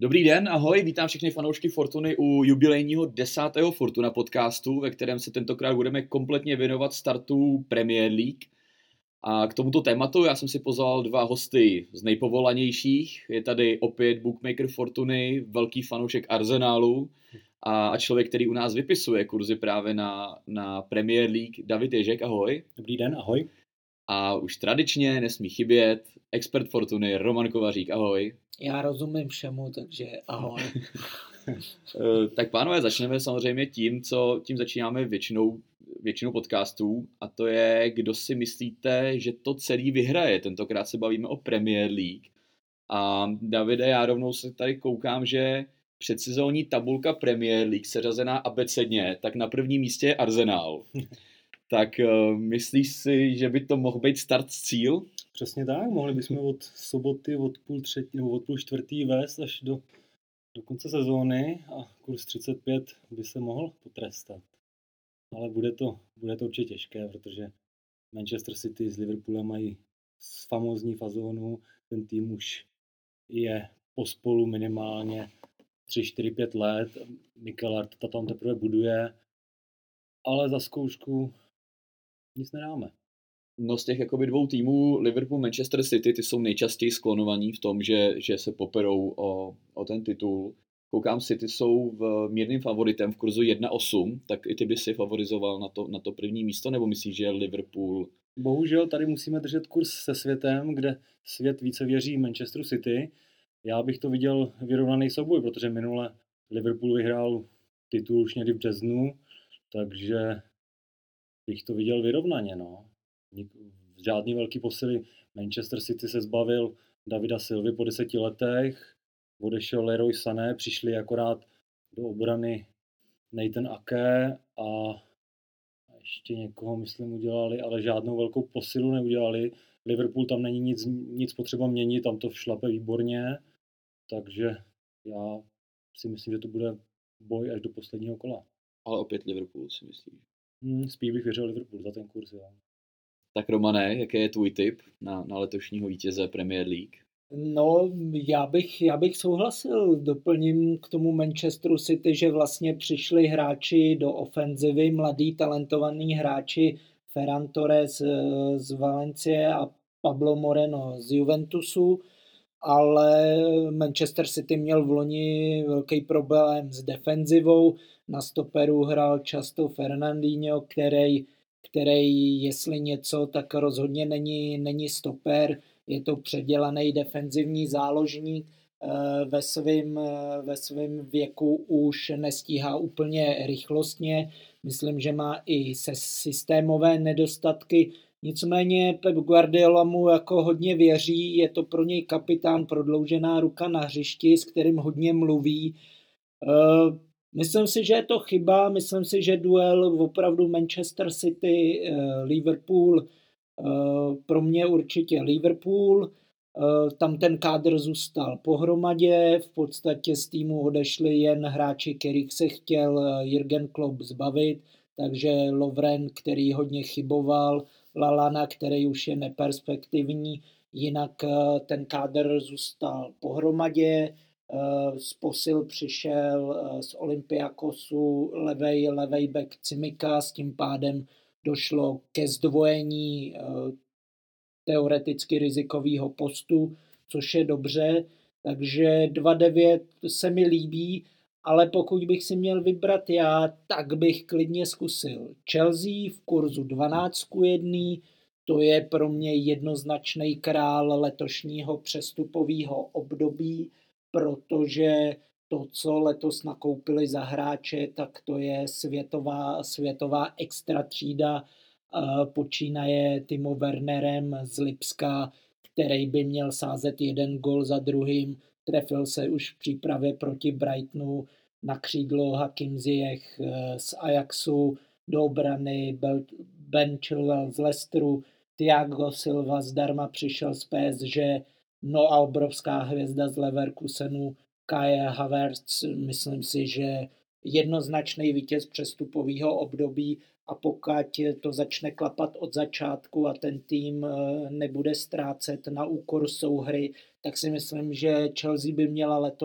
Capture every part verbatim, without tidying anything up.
Dobrý den, ahoj, vítám všechny fanoušky Fortuny u jubilejního desátého Fortuna podcastu, ve kterém se tentokrát budeme kompletně věnovat startu Premier League. A k tomuto tématu já jsem si pozval dva hosty z nejpovolanějších. Je tady opět bookmaker Fortuny, velký fanoušek Arsenalu a člověk, který u nás vypisuje kurzy právě na, na Premier League, David Ježek, ahoj. Dobrý den, ahoj. A už tradičně nesmí chybět expert Fortuny Roman Kovařík, ahoj. Já rozumím všemu, takže ahoj. Tak pánové, začneme samozřejmě tím, co tím začínáme většinou, většinou podcastů, a to je, kdo si myslíte, že to celý vyhraje. Tentokrát se bavíme o Premier League. A Davide, já rovnou se tady koukám, že předsezónní tabulka Premier League seřazená abecedně, tak na prvním místě je Arsenal. Tak uh, myslíš si, že by to mohl být start cíl? Přesně tak, mohli bychom od soboty od půl třetí nebo od půl čtvrtý vést až do, do konce sezóny a kurz třicet pět by se mohl potrestat. Ale bude to, bude to určitě těžké, protože Manchester City s Liverpoolem mají famózní fazónu, ten tým už je pospolu minimálně tři, čtyři, pět let, Mikel Arteta tam teprve buduje, ale za zkoušku nic nedáme. No z těch jakoby dvou týmů, Liverpool, Manchester City, ty jsou nejčastěji sklonovaní v tom, že, že se poperou o, o ten titul. Koukám, City jsou v mírným favoritem v kurzu jedna osm, tak i ty by si favorizoval na to, na to první místo, nebo myslíš, že Liverpool? Bohužel tady musíme držet kurz se světem, kde svět více věří Manchesteru City. Já bych to viděl vyrovnaný souboj, protože minule Liverpool vyhrál titul už někdy v březnu, takže bych to viděl vyrovnaně, no. Žádný velký posily. Manchester City se zbavil Davida Silvy po deseti letech, odešel Leroy Sané, přišli akorát do obrany Nathan Ake a ještě někoho, myslím, udělali, ale žádnou velkou posilu neudělali. Liverpool tam není nic, nic potřeba měnit, tam to šlape výborně, takže já si myslím, že to bude boj až do posledního kola. Ale opět Liverpool si myslíš? Hmm, spíš bych věřil Liverpool za ten kurz, jo. Tak Romane, jaký je tvůj tip na, na letošního vítěze Premier League? No, já bych, já bych souhlasil. Doplním k tomu Manchesteru City, že vlastně přišli hráči do ofenzivy, mladí, talentovaní hráči, Ferran Torres z Valencie a Pablo Moreno z Juventusu, ale Manchester City měl v loni velký problém s defenzivou. Na stoperu hrál často Fernandinho, který, který jestli něco, tak rozhodně není, není stoper. Je to předělaný defenzivní záložník, ve svém ve svém věku už nestíhá úplně rychlostně. Myslím, že má i se systémové nedostatky. Nicméně Pep Guardiola mu jako hodně věří, je to pro něj kapitán, prodloužená ruka na hřišti, s kterým hodně mluví. Myslím si, že je to chyba, myslím si, že duel opravdu Manchester City, Liverpool, pro mě určitě Liverpool, tam ten kádr zůstal pohromadě, v podstatě z týmu odešli jen hráči, kterých se chtěl Jürgen Klopp zbavit, takže Lovren, který hodně chyboval, Lallana, který už je neperspektivní, jinak ten kádr zůstal pohromadě. Z posil přišel z Olympiakosu levej, levej back Cimika, s tím pádem došlo ke zdvojení teoreticky rizikového postu, což je dobře, takže dva devět se mi líbí, ale pokud bych si měl vybrat já, tak bych klidně zkusil Chelsea v kurzu dvanáct jedna, to je pro mě jednoznačný král letošního přestupového období, protože to, co letos nakoupili za hráče, tak to je světová, světová extra třída, počínaje Timo Wernerem z Lipska, který by měl sázet jeden gol za druhým. Trefil se už v přípravě proti Brightonu na křídlo Hakim Ziyech z Ajaxu, do obrany Ben Chilwell z Leicesteru, Thiago Silva zdarma přišel z P S G, no a obrovská hvězda z Leverkusenu Kai Havertz. Myslím si, že jednoznačný vítěz přestupového období, a pokud to začne klapat od začátku a ten tým nebude ztrácet na úkor souhry, tak si myslím, že Chelsea by měla letos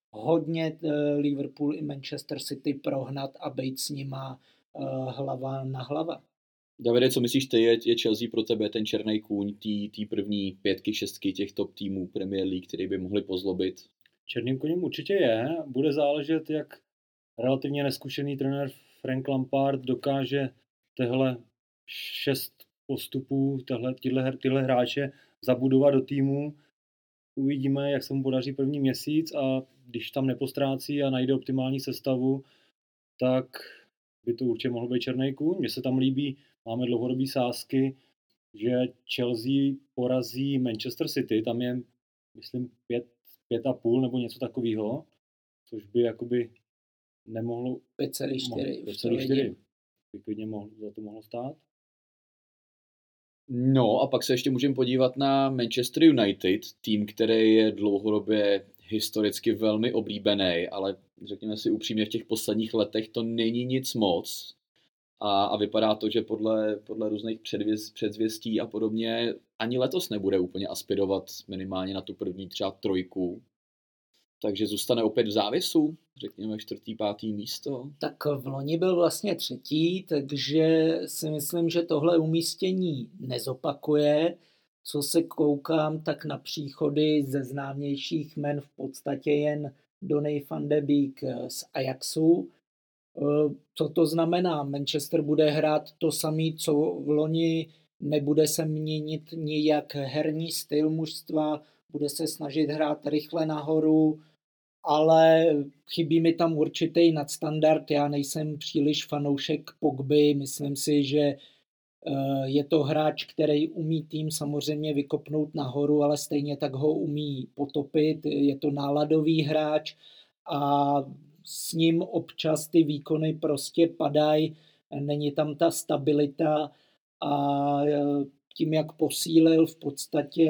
hodně Liverpool i Manchester City prohnat a být s nima hlava na hlava. Davide, co myslíš ty, je, je Chelsea pro tebe ten černý kůň té první pětky, šestky těch top týmů Premier League, který by mohli pozlobit? Černým koněm určitě je. Bude záležet, jak relativně neskušený trenér Frank Lampard dokáže tehle šest postupů, tehle, tyhle, tyhle hráče zabudovat do týmu. Uvidíme, jak se mu podaří první měsíc a když tam nepostrácí a najde optimální sestavu, tak by to určitě mohl být černý kůň. Mně se tam líbí, máme dlouhodobý sázky, že Chelsea porazí Manchester City, tam je, myslím, pět, pět a půl nebo něco takového, což by jakoby nemohlo... pět celá čtyři. pět celá čtyři by klidně mohl, za to mohlo stát. No a pak se ještě můžeme podívat na Manchester United, tým, který je dlouhodobě historicky velmi oblíbený, ale řekněme si upřímně, v těch posledních letech to není nic moc. A, a vypadá to, že podle, podle různých předvěz, předzvěstí a podobně ani letos nebude úplně aspirovat minimálně na tu první třeba trojku. Takže zůstane opět v závěsu, řekněme čtvrtý, pátý místo. Tak v loni byl vlastně třetí, takže si myslím, že tohle umístění nezopakuje. Co se koukám, tak na příchody ze známějších men v podstatě jen Donny van de Beek z Ajaxu. Co to znamená? Manchester bude hrát to samé, co v loni, nebude se měnit nijak herní styl mužstva, bude se snažit hrát rychle nahoru, ale chybí mi tam určitý nadstandard. Já nejsem příliš fanoušek Pogby, myslím si, že je to hráč, který umí tým samozřejmě vykopnout nahoru, ale stejně tak ho umí potopit. Je to náladový hráč a s ním občas ty výkony prostě padají, není tam ta stabilita a tím, jak posílil v podstatě,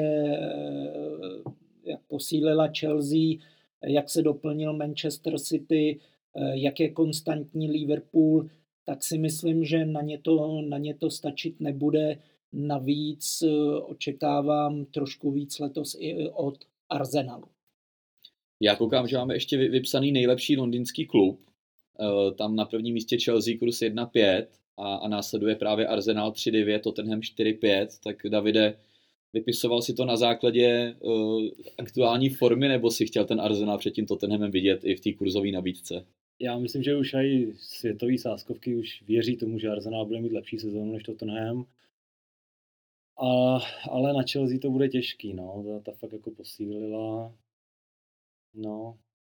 jak posílila Chelsea, jak se doplnil Manchester City, jak je konstantní Liverpool, tak si myslím, že na ně to, na ně to stačit nebude. Navíc očekávám trošku víc letos i od Arsenalu. Já koukám, že máme ještě vypsaný nejlepší londýnský klub. Tam na prvním místě Chelsea kurz jedna pět a, a následuje právě Arsenal tři devět, Tottenham čtyři pět. Tak Davide, vypisoval si to na základě uh, aktuální formy, nebo si chtěl ten Arsenal před tím Tottenhamem vidět i v té kurzové nabídce? Já myslím, že už i světový sázkovky už věří tomu, že Arsenal bude mít lepší sezónu než Tottenham. A, ale na Chelsea to bude těžký, no. Ta, ta fakt jako posílila. No.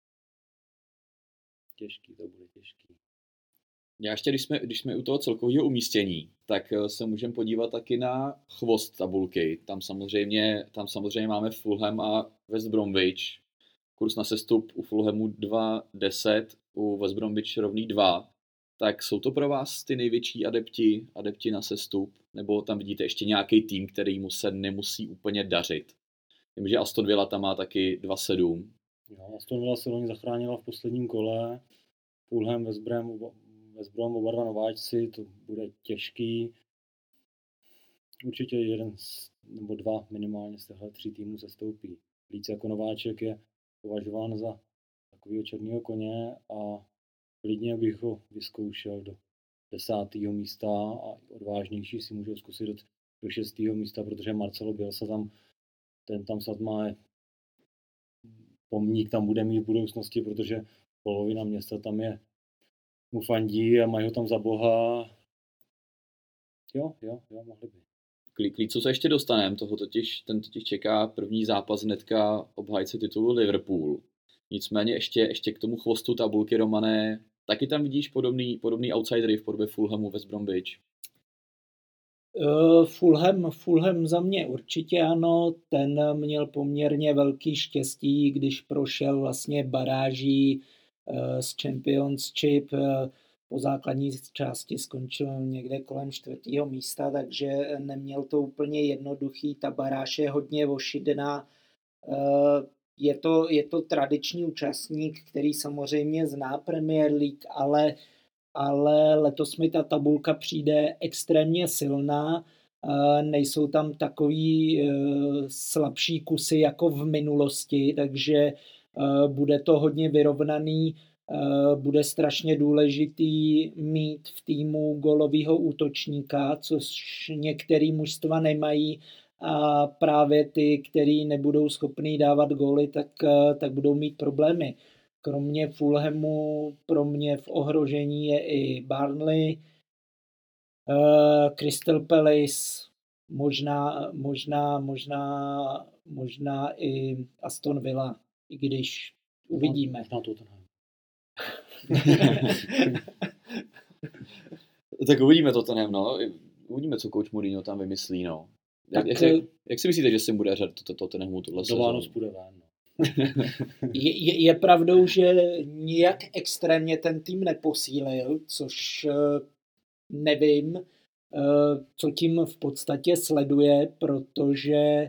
Těžký, to bude těžký. Já ještě, když jsme, když jsme u toho celkového umístění, tak se můžeme podívat taky na chvost tabulky. Tam samozřejmě, tam samozřejmě máme Fulham a West Bromwich. Kurz na sestup u Fulhamu dva deset, u West Bromwich rovný dva. Tak jsou to pro vás ty největší adepti, adepti na sestup? Nebo tam vidíte ještě nějaký tým, který mu se nemusí úplně dařit? Vím, že Aston Villa tam má taky dva sedm. Jo, Aston Villa se loni zachránila v posledním kole. Fulham, West Brom, West Brom, oba dva nováčci, to bude těžký. Určitě jeden z, nebo dva minimálně z těchto tří týmů se stoupí. Líc jako nováček je považován za takového černého koně a klidně bych ho vyzkoušel do desátého místa a odvážnější si můžou zkusit do, do šestého místa, protože Marcelo Bielsa tam, ten tam snad má pomník, tam bude mít v budoucnosti, protože polovina města tam je mu fandí a mají ho tam za boha. Jo, jo, jo, mohli by. K lícu se ještě dostaneme, toho totiž, ten totiž čeká první zápas hnedka obhájce titulu Liverpool. Nicméně ještě, ještě k tomu chvostu tabulky, Romane, taky tam vidíš podobný, podobný outsidery v podobě Fulhamu, West Bromwich? Uh, Fulham, Fulham za mě určitě ano, ten měl poměrně velký štěstí, když prošel vlastně baráží uh, z Championship, uh, po základní části skončil někde kolem čtvrtého místa, takže neměl to úplně jednoduchý, ta baráž je hodně ošidná. Uh, je to, je to tradiční účastník, který samozřejmě zná Premier League, ale ale letos mi ta tabulka přijde extrémně silná, nejsou tam takový slabší kusy jako v minulosti, takže bude to hodně vyrovnaný, bude strašně důležitý mít v týmu gólového útočníka, což některý mužstva nemají, a právě ty, který nebudou schopní dávat góly, tak, tak budou mít problémy. Kromě Fulhamu pro mě v ohrožení je i Burnley, uh, Crystal Palace, možná, možná, možná, možná i Aston Villa, i když uvidíme. Možná Tottenham. Tak uvidíme Tottenham, no. Uvidíme, co coach Mourinho tam vymyslí, no. Jak, jak, jak, jak si myslíte, že si bude řadit to, to, Tottenhamu tohle sezónu? Do Vánoc půjde ven, no. je, je, je pravdou, že nijak extrémně ten tým neposílil, což nevím, co tím v podstatě sleduje, protože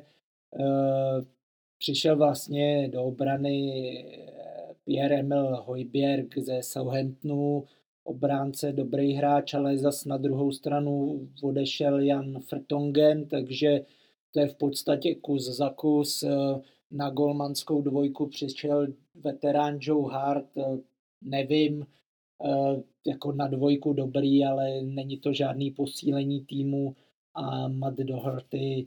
přišel vlastně do obrany Pierre-Emile Højbjerg ze Southamptonu, obránce, dobrý hráč, ale zas na druhou stranu odešel Jan Vertonghen, takže to je v podstatě kus za kus. Na golmanskou dvojku přišel veterán Joe Hart, nevím, jako na dvojku dobrý, ale není to žádný posílení týmu, a Matt Doherty.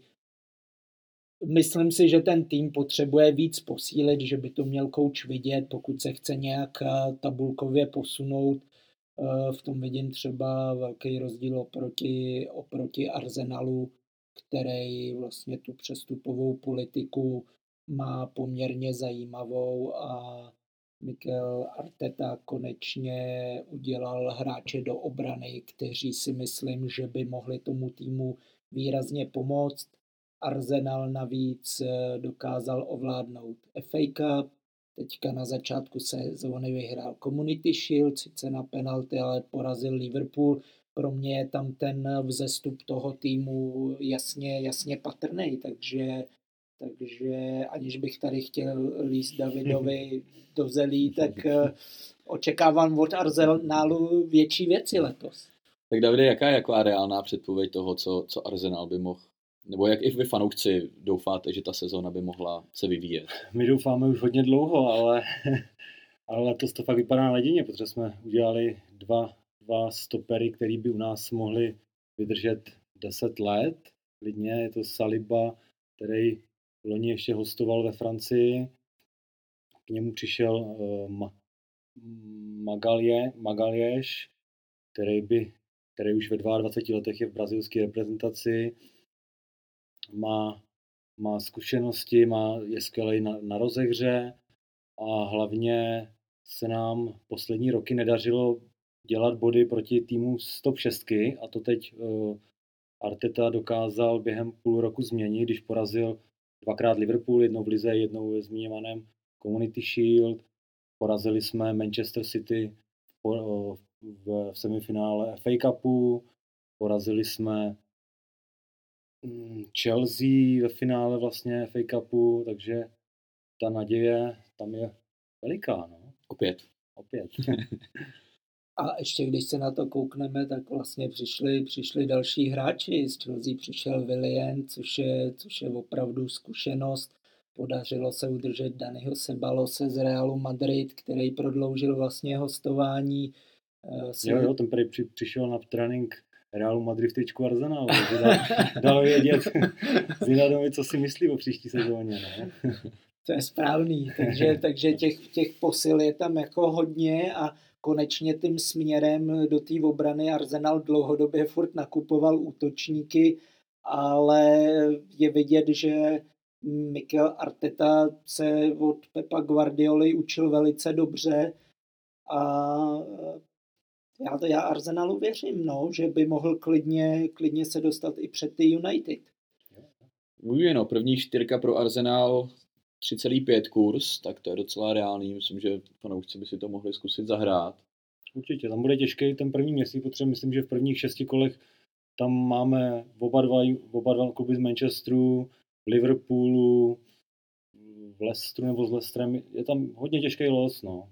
Myslím si, že ten tým potřebuje víc posílit, že by to měl kouč vidět, pokud se chce nějak tabulkově posunout. V tom vidím třeba velký rozdíl oproti, oproti Arsenalu, který vlastně tu přestupovou politiku má poměrně zajímavou, a Mikel Arteta konečně udělal hráče do obrany, kteří si myslím, že by mohli tomu týmu výrazně pomoct. Arsenal navíc dokázal ovládnout F A Cup, teďka na začátku sezóny vyhrál Community Shield, sice na penalty, ale porazil Liverpool. Pro mě je tam ten vzestup toho týmu jasně, jasně patrný, takže, takže aniž bych tady chtěl líst Davidovi do zelí, tak očekávám od Arsenalu větší věci letos. Tak Davide, jaká je jako reálná předpověď toho, co, co Arsenal by mohl, nebo jak i vy fanoušci doufáte, že ta sezóna by mohla se vyvíjet? My doufáme už hodně dlouho, ale, ale letos to fakt vypadá nadějně, protože jsme udělali dva, dva stopery, který by u nás mohli vydržet deset let. Klidně je to Saliba, který loni ještě hostoval ve Francii. K němu přišel uh, Magalje, Magaljež, který, by, který už ve dvaceti dvou letech je v brazilské reprezentaci. Má, má zkušenosti, má, je skvělý na, na rozehře a hlavně se nám poslední roky nedařilo dělat body proti týmu z top šest, a to teď uh, Arteta dokázal během půl roku změnit, když porazil dvakrát Liverpool, jednou v lize, jednou ve zmiňovaném Community Shield. Porazili jsme Manchester City v, v, v semifinále F A Cupu, porazili jsme Chelsea ve finále vlastně F A Cupu, takže ta naděje tam je veliká. No. Opět. Opět. A ještě když se na to koukneme, tak vlastně přišli, přišli další hráči. Z Chelsea přišel Willian, což je, což je opravdu zkušenost. Podařilo se udržet Daniho Sebalose z Realu Madrid, který prodloužil vlastně hostování. Jo, jo, ten při, přišel na trénink Realu Madrid v tričku Arsenalu. Dal, dal vědět Zidadovi, co si myslí o příští sezóně. Ne? To je správný, takže, takže těch, těch posil je tam jako hodně, a konečně tím směrem do té obrany Arsenal dlouhodobě furt nakupoval útočníky, ale je vidět, že Mikel Arteta se od Pepa Guardioli učil velice dobře, a já, já Arsenalu věřím, no, že by mohl klidně, klidně se dostat i před ty United. Mluvím, no, první čtyřka pro Arsenal tři celá pět kurz, tak to je docela reálný, myslím, že fanoušci by si to mohli zkusit zahrát. Určitě, tam bude těžký ten první měsíc, protože myslím, že v prvních šesti kolech tam máme oba dva, oba dva kluby z Manchesteru, Liverpoolu, v Leicesteru nebo s Leicesterem, je tam hodně těžký los, no.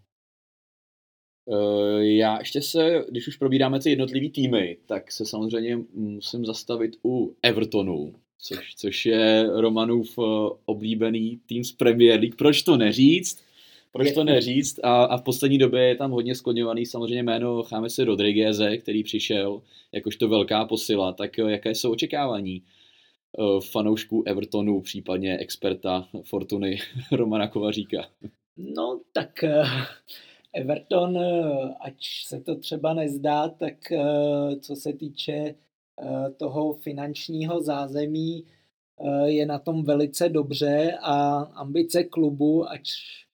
Já ještě se, když už probíráme ty jednotlivý týmy, tak se samozřejmě musím zastavit u Evertonu, což, což je Romanův oblíbený tým z Premier League. Proč to neříct? proč to neříct? A, a v poslední době je tam hodně skloňovaný samozřejmě jméno Chamese Rodrigueze, který přišel jakožto velká posila. Tak jaké jsou očekávání fanoušků Evertonu, případně experta Fortuny Romana Kovaříka? No tak Everton, ať se to třeba nezdá, tak co se týče toho finančního zázemí, je na tom velice dobře a ambice klubu, ať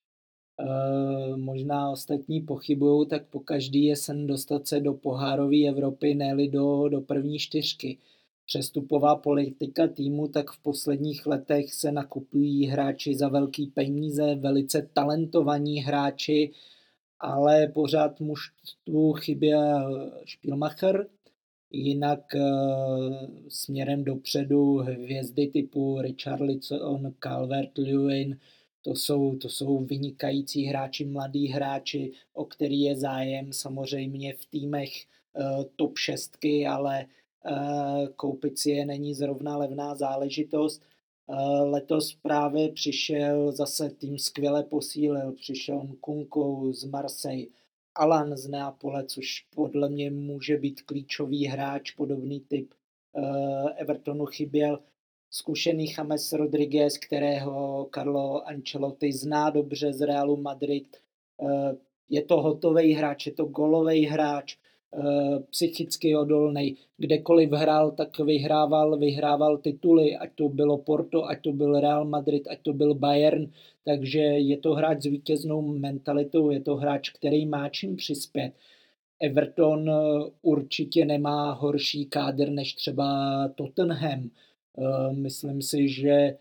možná ostatní pochybují, tak po každý je sen dostat se do pohárové Evropy, ne-li do, do první čtyřky. Přestupová politika týmu, tak v posledních letech se nakupují hráči za velký peníze, velice talentovaní hráči, ale pořád mužstvu chyběl Spielmacher, jinak e, směrem dopředu hvězdy typu Richarlison, Calvert-Lewin, to jsou, to jsou vynikající hráči, mladí hráči, o který je zájem samozřejmě v týmech e, top šestky, ale koupit si je není zrovna levná záležitost. Letos právě přišel zase tým skvěle posílil, přišel Nkunku z Marseille, Alan z Neapole, což podle mě může být klíčový hráč, podobný typ Evertonu chyběl. Zkušený James Rodriguez, kterého Carlo Ancelotti zná dobře z Realu Madrid. Je to hotový hráč, je to golový hráč, psychicky odolný, kdekoliv hrál, tak vyhrával, vyhrával tituly, ať to bylo Porto, ať to byl Real Madrid, ať to byl Bayern, takže je to hráč s vítěznou mentalitou, je to hráč, který má čím přispět. Everton určitě nemá horší kádr než třeba Tottenham. Myslím si, že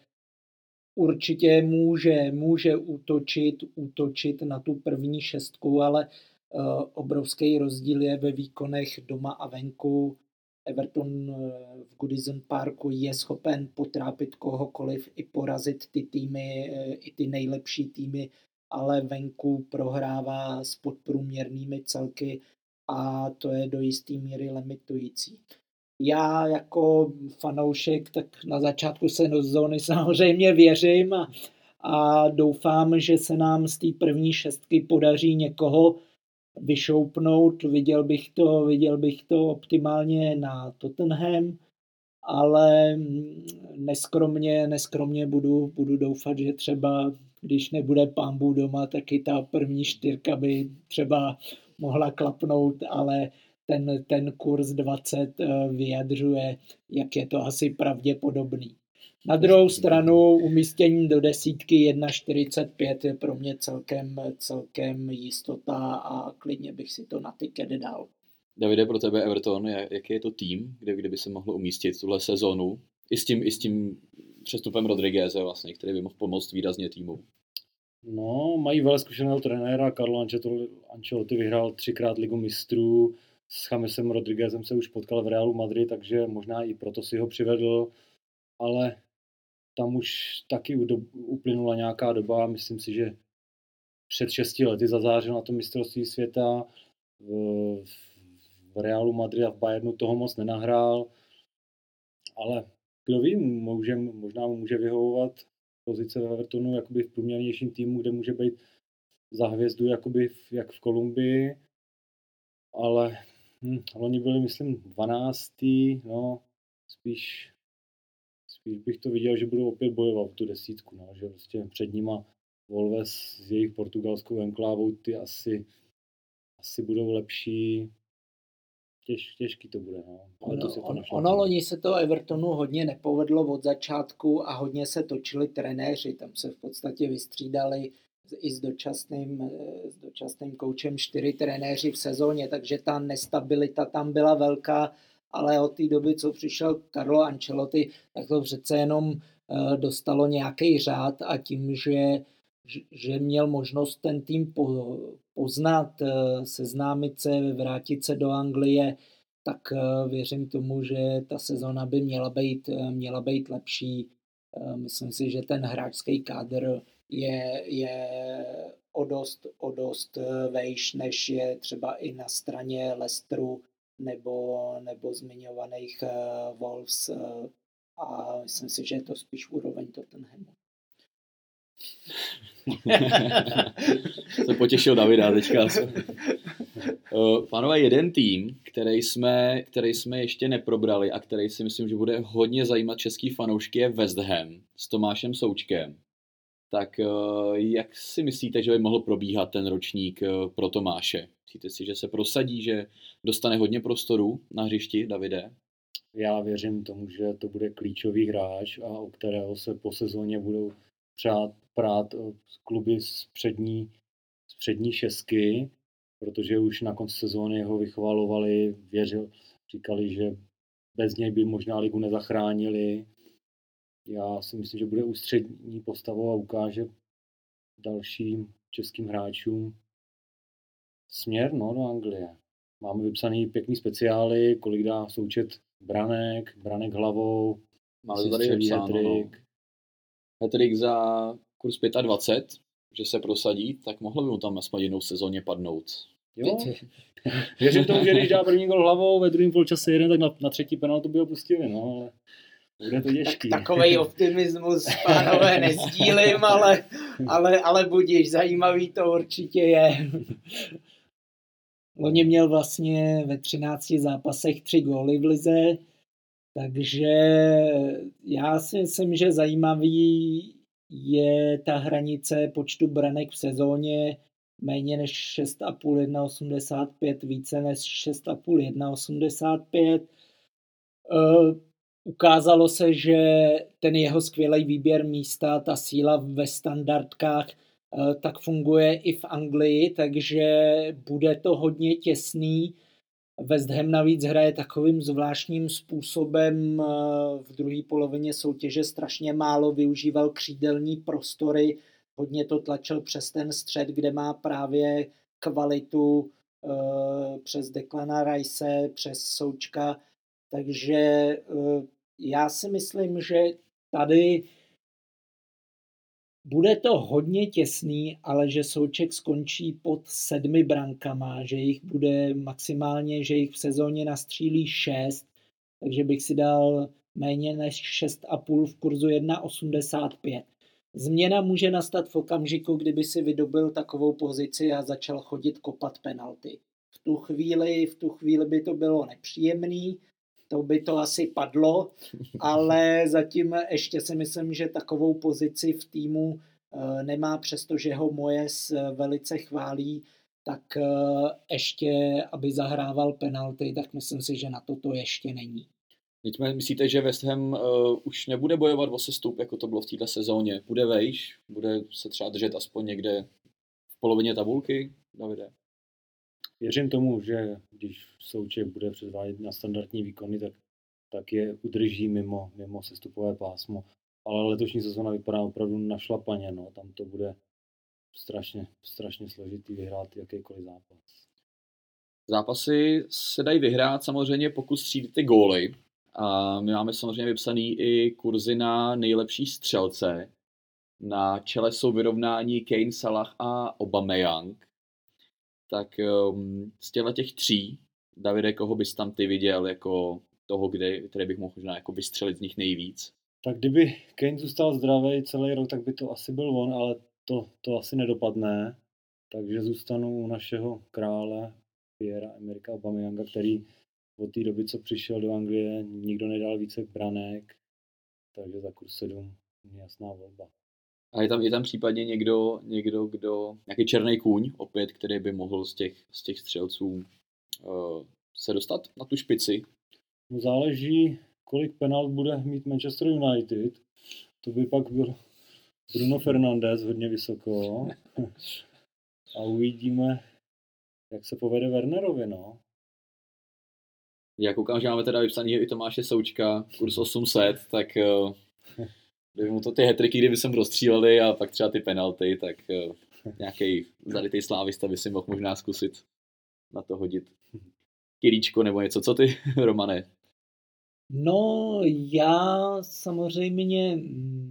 určitě může, může útočit, útočit na tu první šestku, ale obrovský rozdíl je ve výkonech doma a venku. Everton v Goodison Parku je schopen potrápit kohokoliv i porazit ty týmy, i ty nejlepší týmy, ale venku prohrává s podprůměrnými celky a to je do jisté míry limitující. Já jako fanoušek tak na začátku sezóny samozřejmě věřím a, a doufám, že se nám z té první šestky podaří někoho vyšoupnout. Viděl bych to, viděl bych to optimálně na Tottenham, ale neskromně, neskromně budu, budu doufat, že třeba, když nebude Pán Bůh doma, taky ta první čtyřka by třeba mohla klapnout, ale ten, ten kurz dvacet vyjadřuje, jak je to asi pravděpodobný. Na druhou stranu umístění do desítky jedna čtyřicet pět je pro mě celkem, celkem jistota a klidně bych si to na tiket dal. Davide, pro tebe Everton, jaký je to tým, kde, kde by se mohlo umístit tuhle sezónu? I s tím, i s tím přestupem Rodrigueze vlastně, který by mohl pomoct výrazně týmu. No, mají velmi zkušeného trenéra, Carlo Ancelotti vyhrál třikrát Ligu mistrů, s Chamesem Rodriguezem se už potkal v Realu Madrid, takže možná i proto si ho přivedl, ale tam už taky uplynula nějaká doba, myslím si, že před šesti lety zazářil na to mistrovství světa, v, v Realu Madrid a v Bayernu toho moc nenahrál, ale kdo ví, může, možná mu může vyhovovat pozice ve Evertonu jakoby v průměrnějším týmu, kde může být za hvězdu jakoby v, jak v Kolumbii, ale hm, oni byli, myslím, dvanáctý, no, spíš Spíš bych to viděl, že budou opět bojovat tu desítku, no, že prostě před nima Wolves s jejich portugalskou enklávou, ty asi, asi budou lepší. Těž, těžký to bude. No. Ono, to si to on, ono loni se to Evertonu hodně nepovedlo od začátku a hodně se točili trenéři. Tam se v podstatě vystřídali i s dočasným, s dočasným koučem čtyři trenéři v sezóně, takže ta nestabilita tam byla velká. Ale od té doby, co přišel Carlo Ancelotti, tak to přece jenom dostalo nějaký řád a tím, že, že měl možnost ten tým poznat, seznámit se, vrátit se do Anglie, tak věřím tomu, že ta sezona by měla být, měla být lepší. Myslím si, že ten hráčský kádr je, je o dost, o dost vejš, než je třeba i na straně Leicesteru, nebo, nebo zmiňovaných uh, Wolves uh, a myslím si, že je to spíš úroveň Tottenhamu. Se potěšil Davida teďka. Pánové, jeden tým, který jsme, který jsme ještě neprobrali a který si myslím, že bude hodně zajímat český fanoušky, je West Ham s Tomášem Součkem. Tak jak si myslíte, že by mohl probíhat ten ročník pro Tomáše? Myslíte si, že se prosadí, že dostane hodně prostoru na hřišti, Davide? Já věřím tomu, že to bude klíčový hráč, a o kterého se po sezóně budou přát prát kluby z přední, z přední šestky, protože už na konci sezóny ho vychvalovali, věřil, říkali, že bez něj by možná ligu nezachránili. Já si myslím, že bude ústřední postavou a ukáže dalším českým hráčům směr no, do Anglie. Máme vypsaný pěkný speciály, kolik dá součet branek, branek hlavou. Máme to tady vypsáno. Hattrick. No. Hattrick za kurz dvacet pět, že se prosadí, tak mohlo by mu tam aspoň jednou sezóně padnout. Jo. Věřím tomu, že když dá první gol hlavou, ve druhém poločase jeden, tak na, na třetí penaltu by ho pustili, no, ale bude to těžký. Tak takovej optimismus, pánové, nezdílím, ale, ale, ale budíš, zajímavý to určitě je. Loni měl vlastně ve třinácti zápasech tři góly v lize, takže já si myslím, že zajímavý je ta hranice počtu branek v sezóně, méně než šest a půl, jedna osmdesát pět, více než šest a půl, jedna osmdesát pět. Uh, ukázalo se, že ten jeho skvělý výběr místa, ta síla ve standardkách, uh, tak funguje i v Anglii, takže bude to hodně těsný. West Ham navíc hraje takovým zvláštním způsobem, uh, v druhé polovině soutěže strašně málo využíval křídelní prostory, hodně to tlačil přes ten střed, kde má právě kvalitu uh, přes Declana Rice, přes Součka. Takže uh, já si myslím, že tady bude to hodně těsný, ale že Souček skončí pod sedmi brankama, že jich bude maximálně, že jich v sezóně nastřílí šest, takže bych si dal méně než šest a půl v kurzu jedna osmdesát pět. Změna může nastat v okamžiku, kdyby si vydobil takovou pozici a začal chodit kopat penalty. V tu chvíli, v tu chvíli by to bylo nepříjemný, to by to asi padlo, ale zatím ještě si myslím, že takovou pozici v týmu nemá, přestože ho Moyes velice chválí, tak ještě, aby zahrával penalty, tak myslím si, že na to to ještě není. Nicméně myslíte, že West Ham uh, už nebude bojovat o sestup, jako to bylo v této sezóně? Bude vejš? Bude se třeba držet aspoň někde v polovině tabulky, Davide? Věřím tomu, že když Souček bude předvádět na standardní výkony, tak, tak je udrží mimo, mimo sestupové pásmo. Ale letošní sezóna vypadá opravdu našlapaně, no. Tam to bude strašně, strašně složitý vyhrát jakýkoliv zápas. Zápasy se dají vyhrát samozřejmě, pokud střílíte góly. A my máme samozřejmě vypsaný i kurzy na nejlepší střelce. Na čele jsou vyrovnání Kane, Salah a Aubameyang. Tak um, z těchto těch tří, Davide, koho bys tam ty viděl jako toho, kde, který bych mohl možná jako vystřelit z nich nejvíc? Tak kdyby Kane zůstal zdravý celý rok, tak by to asi byl on, ale to, to asi nedopadne. Takže zůstanu u našeho krále Pierre-Emerick Aubameyanga, který od té doby, co přišel do Anglie, nikdo nedal více branek, takže za kurz sedm je jasná volba. A je tam, je tam případně někdo, někdo, kdo, nějaký černý kůň, opět, který by mohl z těch, z těch střelců uh, se dostat na tu špici? No záleží, kolik penalt bude mít Manchester United. To by pak byl Bruno Fernandes hodně vysoko. A uvidíme, jak se povede Wernerovi, no. Já koukám, že máme teda vypsaný i Tomáše Součka, kurz osm set, tak uh, kdyby mu to ty hat-tricky, kdyby sem rozstříleli a pak třeba ty penalty, tak uh, nějaký zarytej slávista by si mohl možná zkusit na to hodit kilíčko nebo něco. Co ty, Romane? No, já samozřejmě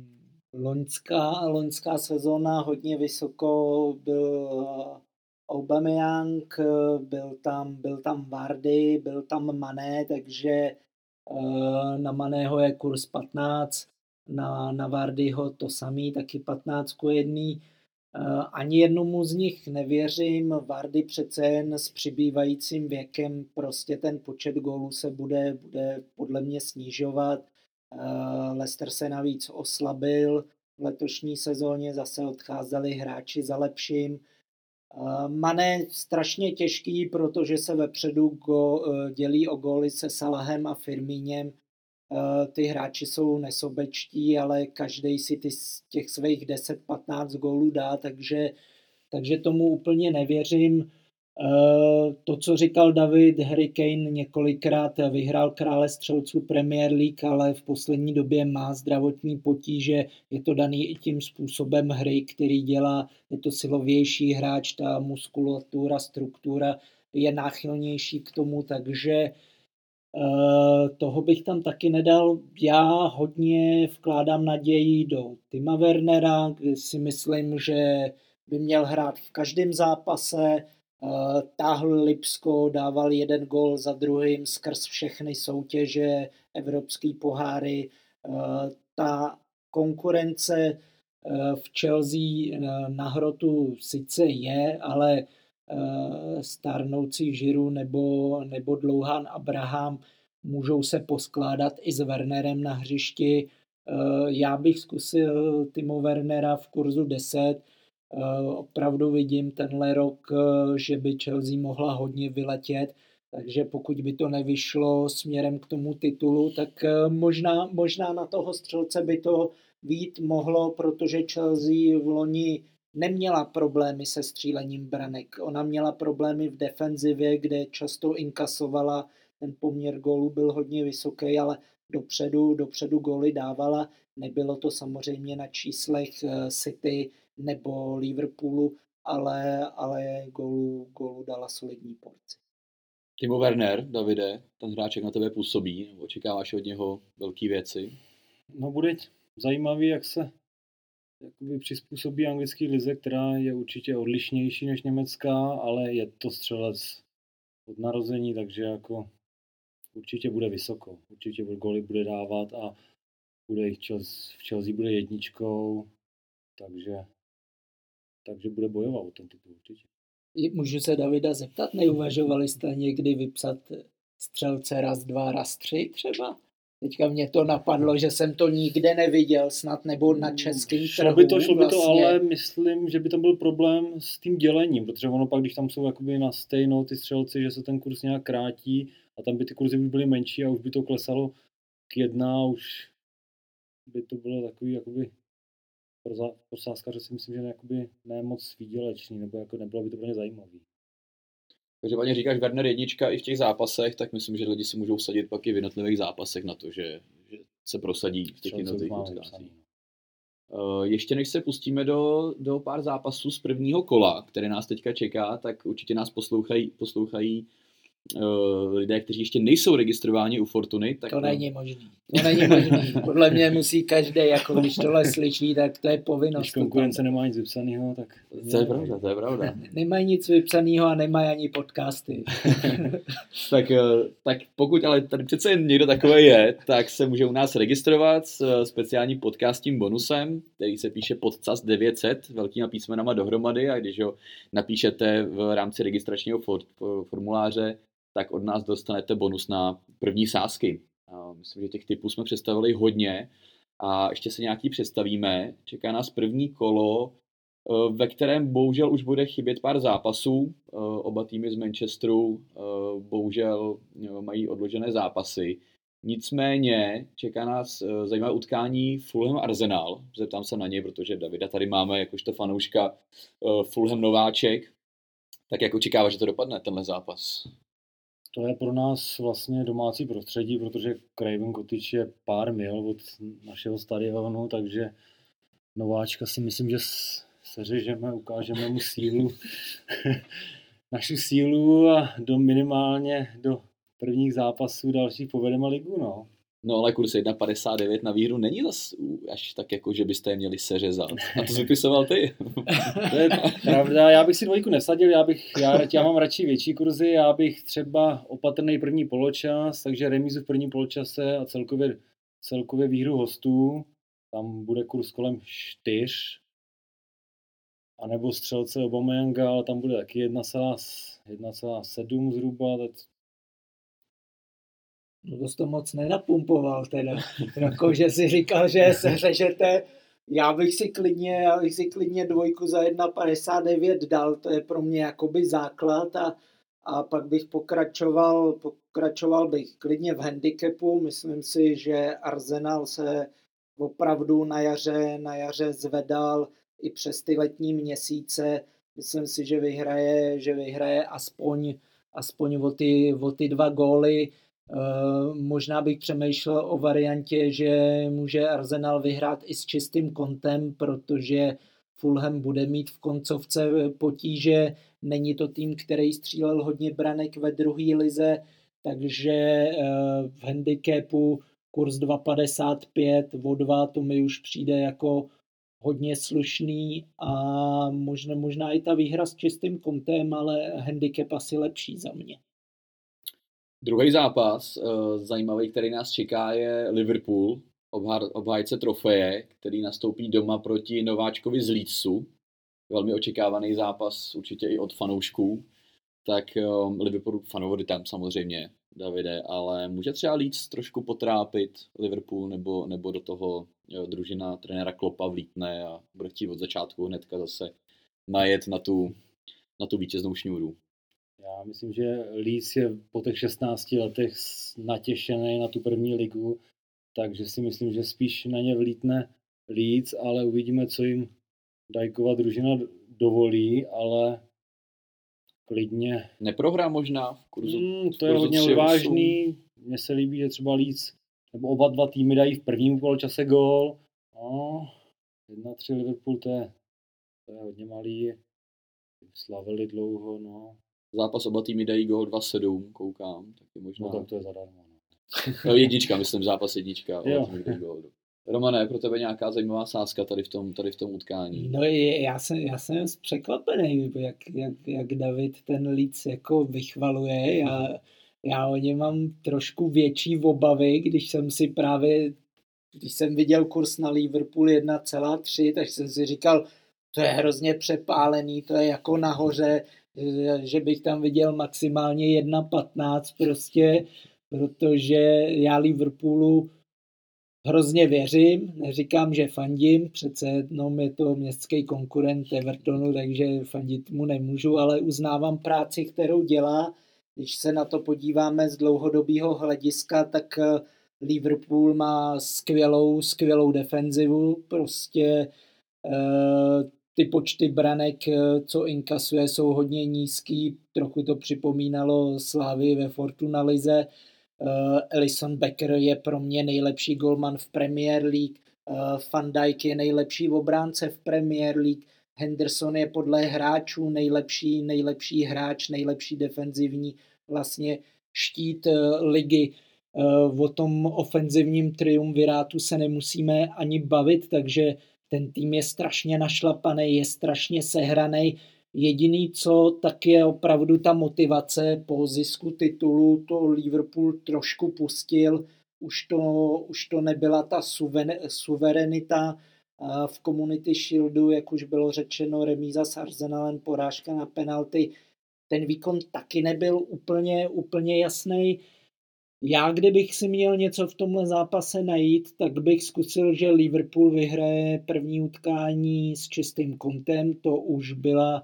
loňská, loňská sezóna hodně vysoko byl Aubameyang, byl tam, byl tam Vardy, byl tam Mané, takže na Maného je kurz patnáct, na, na Vardyho to samý, taky patnáct ku jedný. Ani jednomu z nich nevěřím. Vardy přece jen s přibývajícím věkem prostě ten počet gólů se bude, bude podle mě snižovat. Leicester se navíc oslabil. V letošní sezóně zase odcházeli hráči za lepším. Mané strašně těžký, protože se vepředu go, dělí o góly se Salahem a Firmínem. Ty hráči jsou nesobečtí, ale každý si ty, těch svých deset patnáct gólů dá, takže, takže tomu úplně nevěřím. To, co říkal David, Harry Kane několikrát vyhrál krále střelců Premier League, ale v poslední době má zdravotní potíže. Je to daný i tím způsobem hry, který dělá. Je to silovější hráč, ta muskulatura, struktura je náchylnější k tomu, takže toho bych tam taky nedal. Já hodně vkládám naději do Tima Wernera, kde si myslím, že by měl hrát v každém zápase. Táhl Lipsko, dával jeden gól za druhým skrz všechny soutěže, evropský poháry. Ta konkurence v Chelsea na hrotu sice je, ale stárnoucí Žiru nebo, nebo Dlouhán Abraham můžou se poskládat i s Wernerem na hřišti. Já bych zkusil Timo Wernera v kurzu deset. Opravdu vidím tenhle rok, že by Chelsea mohla hodně vyletět, takže pokud by to nevyšlo směrem k tomu titulu, tak možná, možná na toho střelce by to být mohlo, protože Chelsea v loni neměla problémy se střílením branek. Ona měla problémy v defenzivě, kde často inkasovala, ten poměr gólů byl hodně vysoký, ale dopředu, dopředu góly dávala. Nebylo to samozřejmě na číslech City nebo Liverpoolu, ale, ale gólu, gólu dala solidní porci. Timo Werner, Davide, ten hráček na tebe působí, očekáváš od něho velké věci? No bude zajímavý, jak se jakoby přizpůsobí anglické lize, která je určitě odlišnější než německá, ale je to střelec od narození, takže jako určitě bude vysoko. Určitě góly bude dávat a bude jich Chelsea, v Chelsea bude jedničkou, takže, takže bude bojovat o ten titul určitě. Můžu se Davida zeptat, neuvažovali jste někdy vypsat střelce raz, dva, raz, tři třeba? Teďka mě to napadlo, že jsem to nikde neviděl, snad nebo na českém trhu. Šlo by to, šlo by to, vlastně. Ale myslím, že by tam byl problém s tím dělením, protože ono pak, když tam jsou jakoby na stejno ty střelci, že se ten kurz nějak krátí a tam by ty kurzy už byly menší a už by to klesalo k jedna, už by to bylo takový jakoby pro sázkaře si myslím, že ne, jakoby ne moc výdělečný, nebo jako nebylo by to pro ně zajímavý. Takže paní říkáš Werner jednička i v těch zápasech, tak myslím, že lidi si můžou vsadit pak i v jednotlivých zápasech na to, že, že se prosadí v těch jednotlivých utkání. Uh, ještě než se pustíme do, do pár zápasů z prvního kola, které nás teďka čeká, tak určitě nás poslouchají, poslouchají uh, lidé, kteří ještě nejsou registrováni u Fortuny. Tak to není možný. To není možný. Podle mě musí každý, jako když tohle slyší, tak to je povinnost. Když konkurence nemá nic vypsaného, tak... To je pravda, to je pravda. Nemají nic vypsaného a nemají ani podcasty. tak, tak pokud ale tady přece někdo takový je, tak se může u nás registrovat s speciálním podcastím bonusem, který se píše Podcast devět set velkýma písmenama dohromady, a když ho napíšete v rámci registračního formuláře, tak od nás dostanete bonus na první sázky. Myslím, že těch typů jsme představili hodně a ještě se nějaký představíme. Čeká nás první kolo, ve kterém bohužel už bude chybět pár zápasů. Oba týmy z Manchesteru bohužel mají odložené zápasy. Nicméně čeká nás zajímavé utkání Fulham Arsenal. Zeptám se na něj, protože Davida tady máme jakožto fanouška Fulham nováček. Tak jak očekává, že to dopadne tenhle zápas? To je pro nás vlastně domácí prostředí, protože Craven Cottage je pár mil od našeho stadionu, takže nováčka si myslím, že seřežeme, ukážeme mu sílu, naši sílu a do minimálně do prvních zápasů dalších povedeme ligu, no. No ale kurz jedna padesát devět na výhru není zas až tak jako, že byste je měli seřezat. A to jsi vypisoval ty. To je pravda, já bych si dvojku nesadil, já, bych, já, já mám radši větší kurzy, já bych třeba opatrný první poločas, takže remízu v prvním poločase a celkově, celkově výhru hostů, tam bude kurz kolem čtyř, anebo střelce Aubameyanga, ale tam bude taky jedna celá sedm zhruba. Tak... No to jsi to moc nenapumpoval teda, jako, že si říkal, že se řežete. Já bych si klidně, já bych si klidně dvojku za jedna padesát devět dal, to je pro mě jakoby základ a, a pak bych pokračoval, pokračoval bych klidně v handicapu. Myslím si, že Arsenal se opravdu na jaře, na jaře zvedal i přes ty letní měsíce. Myslím si, že vyhraje, že vyhraje aspoň, aspoň o, ty, o ty dva góly. Uh, možná bych přemýšlel o variantě, že může Arsenal vyhrát i s čistým kontem, protože Fulham bude mít v koncovce potíže. Není to tým, který střílel hodně branek ve druhé lize, takže uh, v handicapu kurz dva padesát pět o dva, to mi už přijde jako hodně slušný a možná, možná i ta výhra s čistým kontem, ale handicap asi lepší za mě. Druhý zápas, zajímavý, který nás čeká, je Liverpool, obhájce trofeje, který nastoupí doma proti nováčkovi z Leedsu. Velmi očekávaný zápas, určitě i od fanoušků. Tak Liverpool favoritem samozřejmě, Davide, ale může třeba Leeds trošku potrápit Liverpool, nebo, nebo do toho jo, družina trenéra Kloppa vlítne a bude chtít od začátku hnedka zase najet na tu, na tu vítěznou šňůru. Já myslím, že Leeds je po těch šestnácti letech natěšený na tu první ligu, takže si myslím, že spíš na ně vlítne Leeds, ale uvidíme, co jim Dykova družina dovolí, ale klidně... Neprohrá možná v kurzu? Hmm, to je hodně odvážný. Mně se líbí, že třeba Leeds, nebo oba dva týmy dají v prvním poločase gól. No, jedna tři Liverpool, to je, to je hodně malý. Slavili dlouho, no. Zápas oba týmy dají gól dva sedm, koukám. Taky možná... No tak to je zadarmo. No, jednička, myslím, zápas jednička. Oba týmy dají gól. Romane, pro tebe nějaká zajímavá sázka tady v tom, tady v tom utkání? No já jsem, já jsem překvapený, jak, jak, jak David ten Leeds jako vychvaluje. Já, já o ně mám trošku větší obavy, když jsem si právě, když jsem viděl kurz na Liverpool jedna celá tři, tak jsem si říkal, to je hrozně přepálený, to je jako nahoře, že bych tam viděl maximálně jedna patnáct prostě, protože já Liverpoolu hrozně věřím, neříkám, že fandím, přece jednou je to městský konkurent Evertonu, takže fandit mu nemůžu, ale uznávám práci, kterou dělá. Když se na to podíváme z dlouhodobého hlediska, tak Liverpool má skvělou, skvělou defenzivu, prostě eh, ty počty branek, co inkasuje, jsou hodně nízký, trochu to připomínalo Slávy ve Fortuna lize. Uh, Alisson Becker je pro mě nejlepší golman v Premier League, uh, Van Dijk je nejlepší obránce v Premier League, Henderson je podle hráčů nejlepší, nejlepší hráč, nejlepší defenzivní vlastně štít uh, ligy. Uh, o tom ofenzivním triumvirátu se nemusíme ani bavit, takže ten tým je strašně našlapaný, je strašně sehraný. Jediný, co tak je opravdu ta motivace po zisku titulu, to Liverpool trošku pustil, už to, už to nebyla ta suverenita v Community Shieldu, jak už bylo řečeno, remíza s Arsenalem, porážka na penalty. Ten výkon taky nebyl úplně, úplně jasný. Já, kdybych si měl něco v tomhle zápase najít, tak bych zkusil, že Liverpool vyhraje první utkání s čistým kontem, to už byla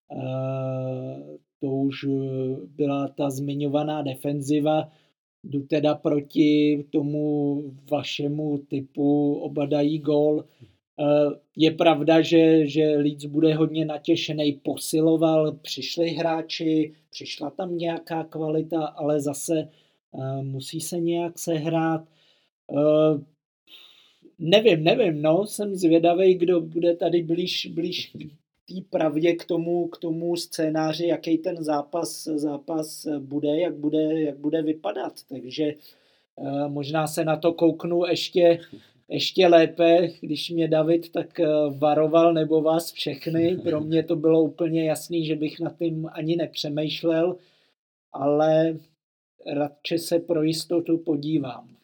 Uh, to už byla ta zmiňovaná defenziva. Jdu teda proti tomu vašemu typu, oba dají gól. Uh, je pravda, že, že Leeds bude hodně natěšený, posiloval, přišli hráči, přišla tam nějaká kvalita, ale zase uh, musí se nějak sehrát. Uh, nevím, nevím, no, jsem zvědavý, kdo bude tady blíž, blíž té pravdě k tomu, k tomu scénáři, jaký ten zápas, zápas bude, jak bude, jak bude vypadat. Takže uh, možná se na to kouknu ještě, ještě lépe, když mě David tak uh, varoval, nebo vás všechny. Pro mě to bylo úplně jasný, že bych nad tím ani nepřemýšlel, ale radši se pro jistotu podívám.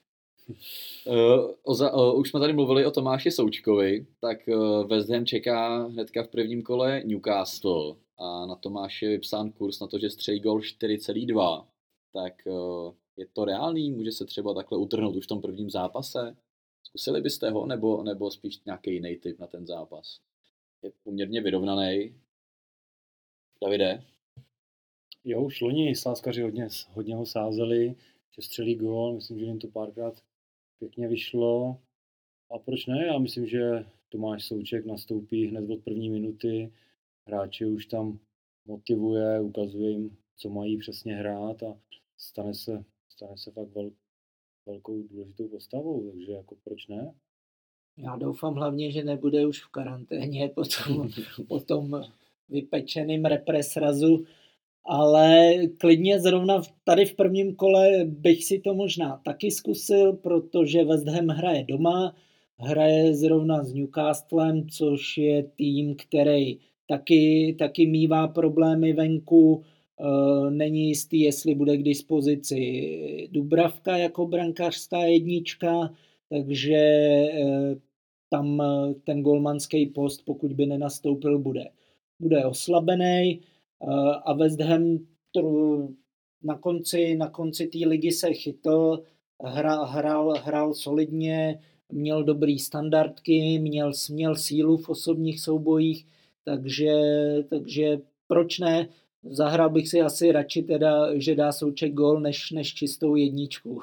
Uh, oza, uh, už jsme tady mluvili o Tomáši Součkovi, tak uh, West Ham čeká hnedka v prvním kole Newcastle a na Tomáši je vypsán kurz na to, že střelí gol čtyři celá dva. Tak uh, je to reálný? Může se třeba takhle utrhnout už v tom prvním zápase? Zkusili byste ho, nebo, nebo spíš nějaký jiný typ na ten zápas? Je poměrně vyrovnaný. Davide? Jo, už loni Slávskaři hodně, hodně ho sázeli, že střelí gól, myslím, že jim to párkrát pěkně vyšlo. A proč ne? Já myslím, že Tomáš Souček nastoupí hned od první minuty, hráči už tam motivuje, ukazuje jim, co mají přesně hrát a stane se, stane se fakt vel, velkou důležitou postavou, takže jako proč ne? Já doufám hlavně, že nebude už v karanténě po tom, po tom vypečeným represrazu, ale klidně zrovna tady v prvním kole bych si to možná taky zkusil, protože West Ham hraje doma, hraje zrovna s Newcastlem, což je tým, který taky, taky mívá problémy venku, není jistý, jestli bude k dispozici Dubravka jako brankářská jednička, takže tam ten golmanský post, pokud by nenastoupil, bude, bude oslabený. A West Ham na konci, na konci té ligy se chytl, hra, hrál, hrál solidně, měl dobrý standardky, měl, měl sílu v osobních soubojích, takže, takže proč ne? Zahrál bych si asi radši teda, že dá Souček gól, než, než čistou jedničku.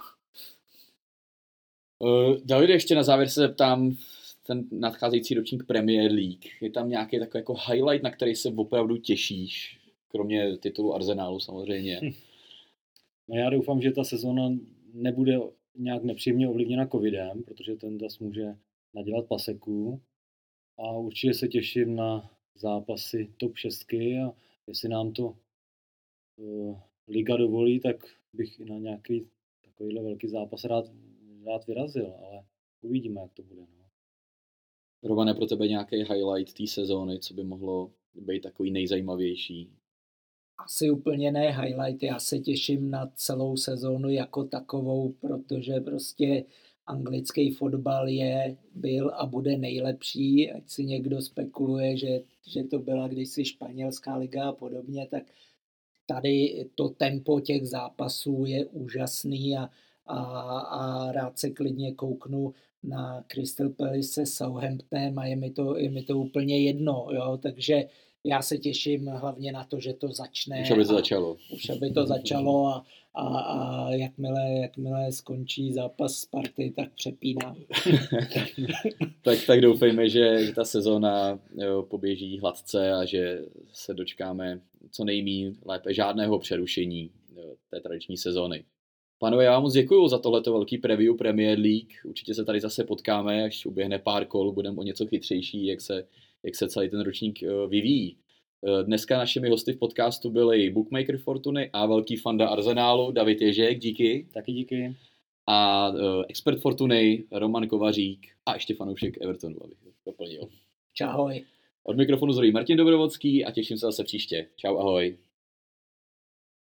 Uh, Davide, ještě na závěr se zeptám, ten nadcházející ročník Premier League, je tam nějaký takový jako highlight, na který se opravdu těšíš? Kromě titulu Arsenálu samozřejmě. Hm. No já doufám, že ta sezona nebude nějak nepříjemně ovlivněna covidem, protože ten zas může nadělat paseku. A určitě se těším na zápasy top šest a jestli nám to uh, liga dovolí, tak bych i na nějaký takovýhle velký zápas rád, rád vyrazil, ale uvidíme, jak to bude. No. Romane, pro tebe nějaký highlight té sezóny, co by mohlo být takový nejzajímavější? Asi úplně ne highlight, já se těším na celou sezónu jako takovou, protože prostě anglický fotbal je, byl a bude nejlepší, ať si někdo spekuluje, že, že to byla kdysi španělská liga a podobně, tak tady to tempo těch zápasů je úžasný a, a, a rád se klidně kouknu na Crystal Palace se Southamptonem a je mi to, je mi to úplně jedno, jo, takže já se těším hlavně na to, že to začne. Už aby to začalo. Už aby to začalo a, a, a jakmile, jakmile skončí zápas Sparty, tak přepínám. tak, tak doufejme, že, že ta sezóna jo, poběží hladce a že se dočkáme co nejméně lépe žádného přerušení jo, té tradiční sezóny. Pánové, já vám moc děkuju za tohleto velký preview Premier League. Určitě se tady zase potkáme, až uběhne pár kol, budeme o něco chytřejší, jak se, jak se celý ten ročník vyvíjí. Dneska našimi hosty v podcastu byli Bookmaker Fortuny a velký fanda Arsenálu David Ježek, díky. Taky díky. A uh, expert Fortuny Roman Kovařík a ještě fanoušek Evertonu, abych doplnil. Čahoj. Od mikrofonu zdraví Martin Dobrovodský a těším se zase příště. Čau, ahoj.